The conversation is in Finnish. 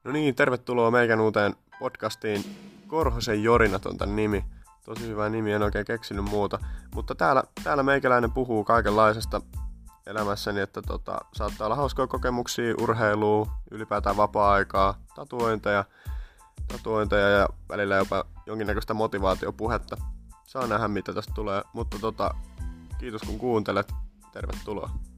No niin, tervetuloa meikän uuteen podcastiin. Korhosen Jorinat on tän nimi. Tosi hyvä nimi, en oikein keksinyt muuta. Mutta täällä meikäläinen puhuu kaikenlaisesta elämässäni, että saattaa olla hauskoja kokemuksia, urheilua, ylipäätään vapaa-aikaa, tatuointeja ja välillä jopa jonkinnäköistä motivaatiopuhetta. Saa nähdä mitä tästä tulee, mutta kiitos kun kuuntelet. Tervetuloa.